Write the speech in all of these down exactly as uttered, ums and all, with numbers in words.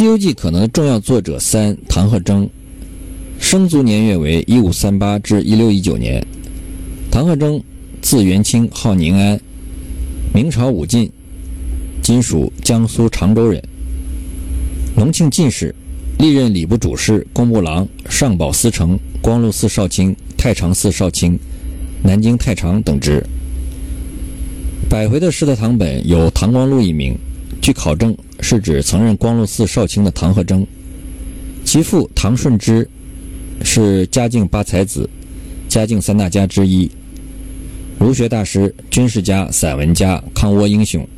西游记》可能的重要作者三，唐鹤征，生卒年月为一五三八至一六一九年。唐鹤征字元清，号宁安，明朝武进，今属江苏常州人，隆庆进士，历任礼部主事、工部郎、上宝司丞、光禄寺少卿、太常寺少卿、南京太常等职。百回的《世德堂本》有唐光禄一名，据考证是指曾任光禄寺少卿的唐鹤征。其父唐顺之是嘉靖八才子，嘉靖三大家之一，儒学大师、军事家、散文家，抗倭英雄。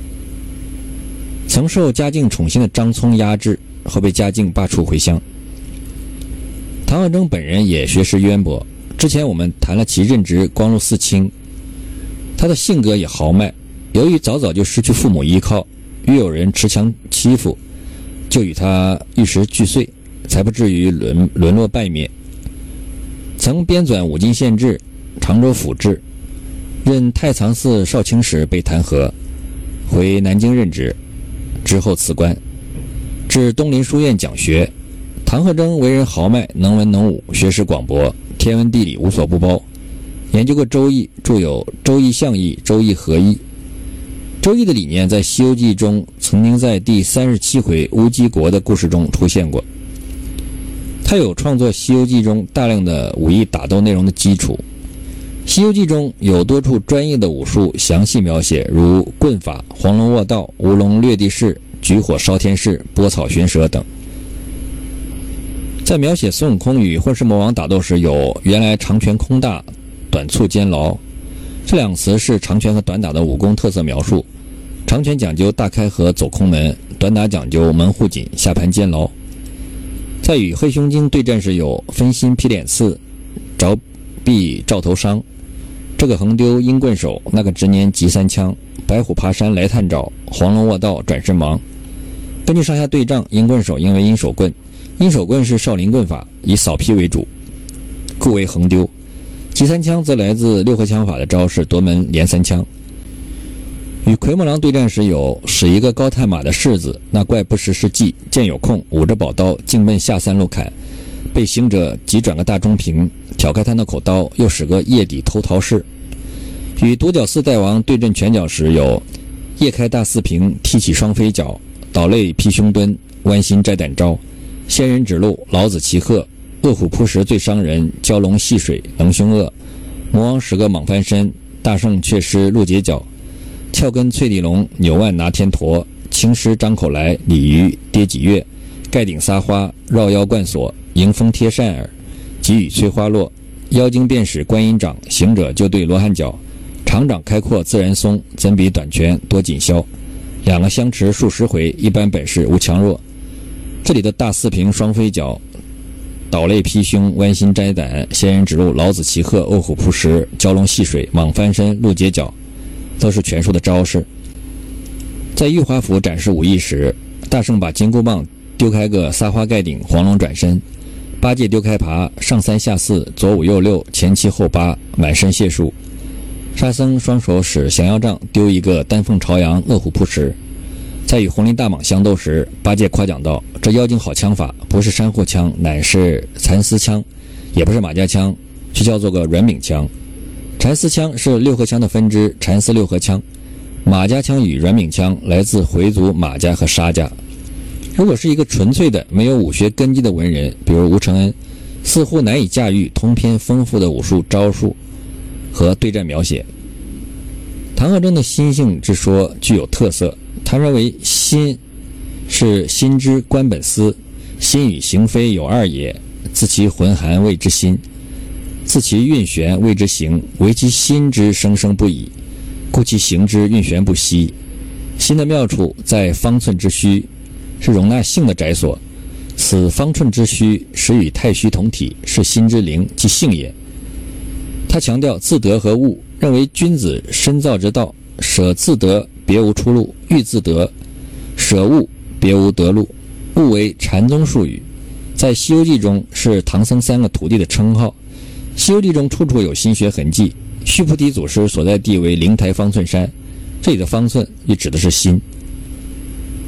曾受嘉靖宠信的张聪压制，后被嘉靖罢黜回乡。唐鹤征本人也学识渊博，之前我们谈了其任职光禄寺卿。他的性格也豪迈，由于早早就失去父母依靠，遇有人持枪欺负，就与他玉石俱碎，才不至于沦沦落败灭。曾编纂武进县志、常州府志，任太常寺少卿时被弹劾，回南京任职，之后辞官，至东林书院讲学。唐鹤征为人豪迈，能文能武，学识广博，天文地理无所不包，研究过周易，著有《周易象易》《周易合易》。周易的理念在《西游记》中曾经在第三十七回乌鸡国的故事中出现过。他有创作《西游记》中大量的武艺打斗内容的基础。《西游记》中有多处专业的武术详细描写，如棍法、黄龙卧道、吴龙掠地式、举火烧天式、拨草寻蛇等。在描写孙悟空与混世魔王打斗时，有原来长拳空大，短促监牢，这两词是长拳和短打的武功特色描述。长拳讲究大开合走空门，短打讲究门户紧下盘监牢。在与黑熊精对战时，有分心劈脸刺、着臂照头伤，这个横丢鹰棍手，那个直年急三枪，白虎爬山来探爪，黄龙卧道转身忙。根据上下对仗，鹰棍手应为鹰手棍，鹰手棍是少林棍法，以扫劈为主，故为横丢。急三枪则来自六合枪法的招式夺门连三枪。与奎木狼对战时，有使一个高探马的柿子，那怪不识时计，见有空捂着宝刀径奔下三路砍，被行者急转个大中平，挑开他那口刀，又使个夜底偷桃式。与独角四大王对阵拳脚时，有夜开大四平，踢起双飞脚，倒肋劈胸蹲，弯心摘胆招，仙人指路，老子骑鹤，恶虎扑食最伤人，蛟龙戏水能凶恶，魔王使个蟒翻身，大圣却施鹿截脚，翘根翠地龙，扭腕拿天驼，青狮张口来，鲤鱼跌几月，盖顶撒花，绕腰贯锁，迎风贴扇耳，急雨催花落，妖精便使观音掌，行者就对罗汉脚，长掌开阔自然松，怎比短拳多紧削，两个相持数十回，一般本事无强弱。这里的大四平双飞脚、倒肋劈胸、弯心摘胆、仙人指路、老子骑鹤、恶虎扑食、蛟龙戏水、蟒翻身、鹿截脚，都是拳术的招式。在玉华府展示武艺时，大圣把金箍棒丢开个撒花盖顶，黄龙转身，八戒丢开耙，上三下四，左五右六，前七后八，满身解数。沙僧双手使降妖杖丢一个丹凤朝阳，恶虎扑食。在与红林大蟒相斗时，八戒夸奖道：这妖精好枪法，不是珊瑚枪，乃是蚕丝枪，也不是马家枪，却叫做个软柄枪。蚕丝枪是六合枪的分支，蚕丝六合枪。马家枪与软柄枪来自回族马家和沙家。如果是一个纯粹的没有武学根基的文人，比如吴承恩，似乎难以驾驭通篇丰富的武术招数和对战描写。唐鹤征的心性之说具有特色，他认为心是心之官本司，心与行非有二也，自其浑含谓之心，自其运旋谓之行，唯其心之生生不已，故其行之运旋不息。心的妙处在方寸之虚，是容纳性的窄所，此方寸之虚实与太虚同体，是心之灵，即性也。他强调自得和物，认为君子深造之道，舍自得别无出路，欲自得舍物别无得路。物为禅宗术语，在《西游记》中是唐僧三个徒弟的称号。《西游记》中处处有心学痕迹，须菩提祖师所在地为灵台方寸山，这里的方寸也指的是心。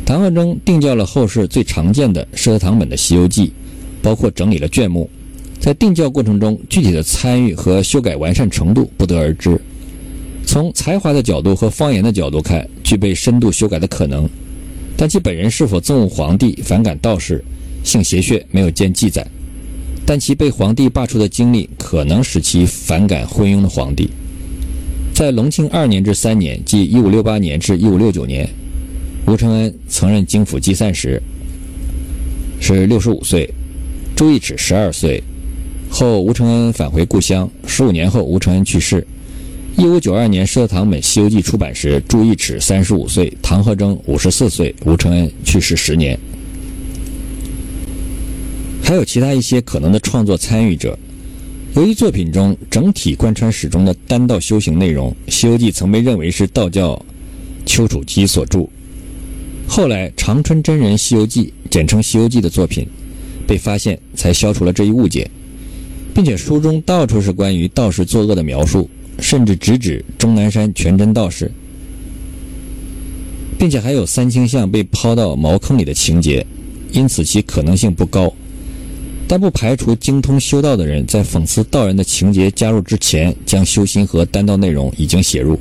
唐贺征定校了后世最常见的师德堂本的《西游记》，包括整理了卷目。在定校过程中，具体的参与和修改完善程度不得而知。从才华的角度和方言的角度看，具备深度修改的可能，但其本人是否憎恶皇帝、反感道士、性邪血没有见记载。但其被皇帝罢黜的经历可能使其反感昏庸的皇帝。在隆庆二年至三年，即一五六八年至一五六九年，吴承恩曾任京府祭散时，是六十五岁，朱义齿十二岁。后吴承恩返回故乡，十五年后吴承恩去世。一五九二年师德堂本《西游记》出版时，朱义齿三十五岁，唐贺征五十四岁，吴承恩去世十年。还有其他一些可能的创作参与者。由于作品中整体贯穿始终的丹道修行内容，《西游记》曾被认为是道教丘处机所著。后来长春真人《西游记》简称《西游记》的作品被发现，才消除了这一误解，并且书中到处是关于道士作恶的描述，甚至直指终南山全真道士，并且还有三清像被抛到茅坑里的情节，因此其可能性不高。但不排除精通修道的人在讽刺道人的情节加入之前，将修心和丹道内容已经写入。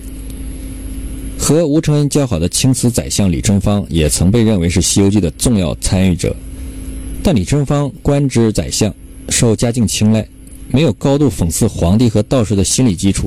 和吴承恩交好的青瓷宰相李春芳也曾被认为是《西游记》的重要参与者，但李春芳官职宰相，受嘉靖青睐，没有高度讽刺皇帝和道士的心理基础。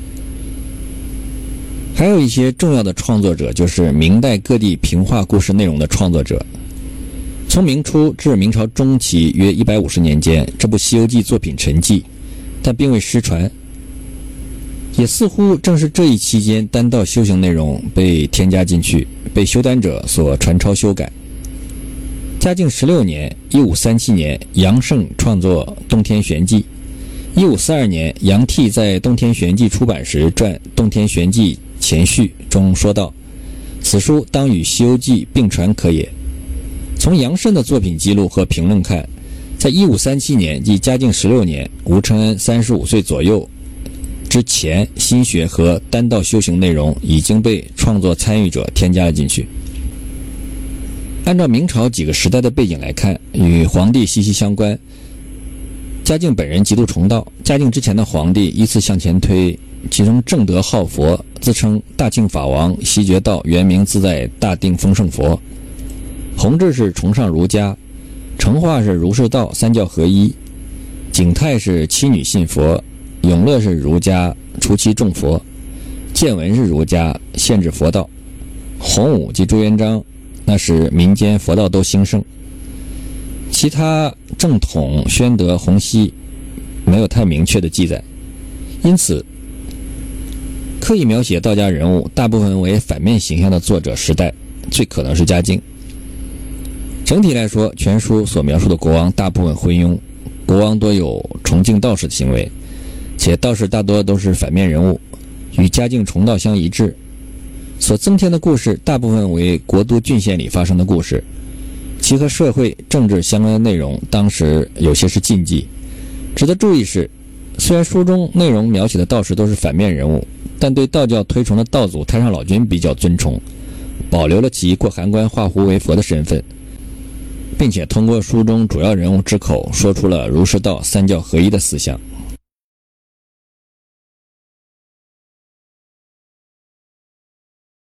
还有一些重要的创作者，就是明代各地平话故事内容的创作者。从明初至明朝中期约一百五十年间，这部《西游记》作品沉寂，但并未失传。也似乎正是这一期间，丹道修行内容被添加进去，被修丹者所传抄修改。嘉靖十六年一五三七年，杨胜创作《洞天玄记》。一五四二年，杨替在《洞天玄记》出版时撰《洞天玄记前序》中说道：“此书当与《西游记》并传可也。”从杨慎的作品记录和评论看，在一五三七年，即嘉靖十六年，吴承恩三十五岁左右之前，心学和丹道修行内容已经被创作参与者添加了进去。按照明朝几个时代的背景来看，与皇帝息息相关。嘉靖本人极度崇道，嘉靖之前的皇帝依次向前推，其中正德好佛，自称大庆法王，西觉道，原名自在大定丰盛佛。弘治是崇尚儒家，成化是儒释道三教合一，景泰是妻女信佛，永乐是儒家，除其众佛，建文是儒家，限制佛道。洪武及朱元璋，那时民间佛道都兴盛。其他正统、宣德、洪熙没有太明确的记载，因此刻意描写道家人物大部分为反面形象的作者时代，最可能是嘉靖。整体来说，全书所描述的国王大部分昏庸，国王多有崇敬道士的行为，且道士大多都是反面人物，与嘉靖崇道相一致。所增添的故事大部分为国都郡县里发生的故事，其和社会政治相关的内容当时有些是禁忌。值得注意是，虽然书中内容描写的道士都是反面人物，但对道教推崇的道祖太上老君比较尊崇，保留了其过函关画符为佛的身份，并且通过书中主要人物之口说出了儒释道三教合一的思想。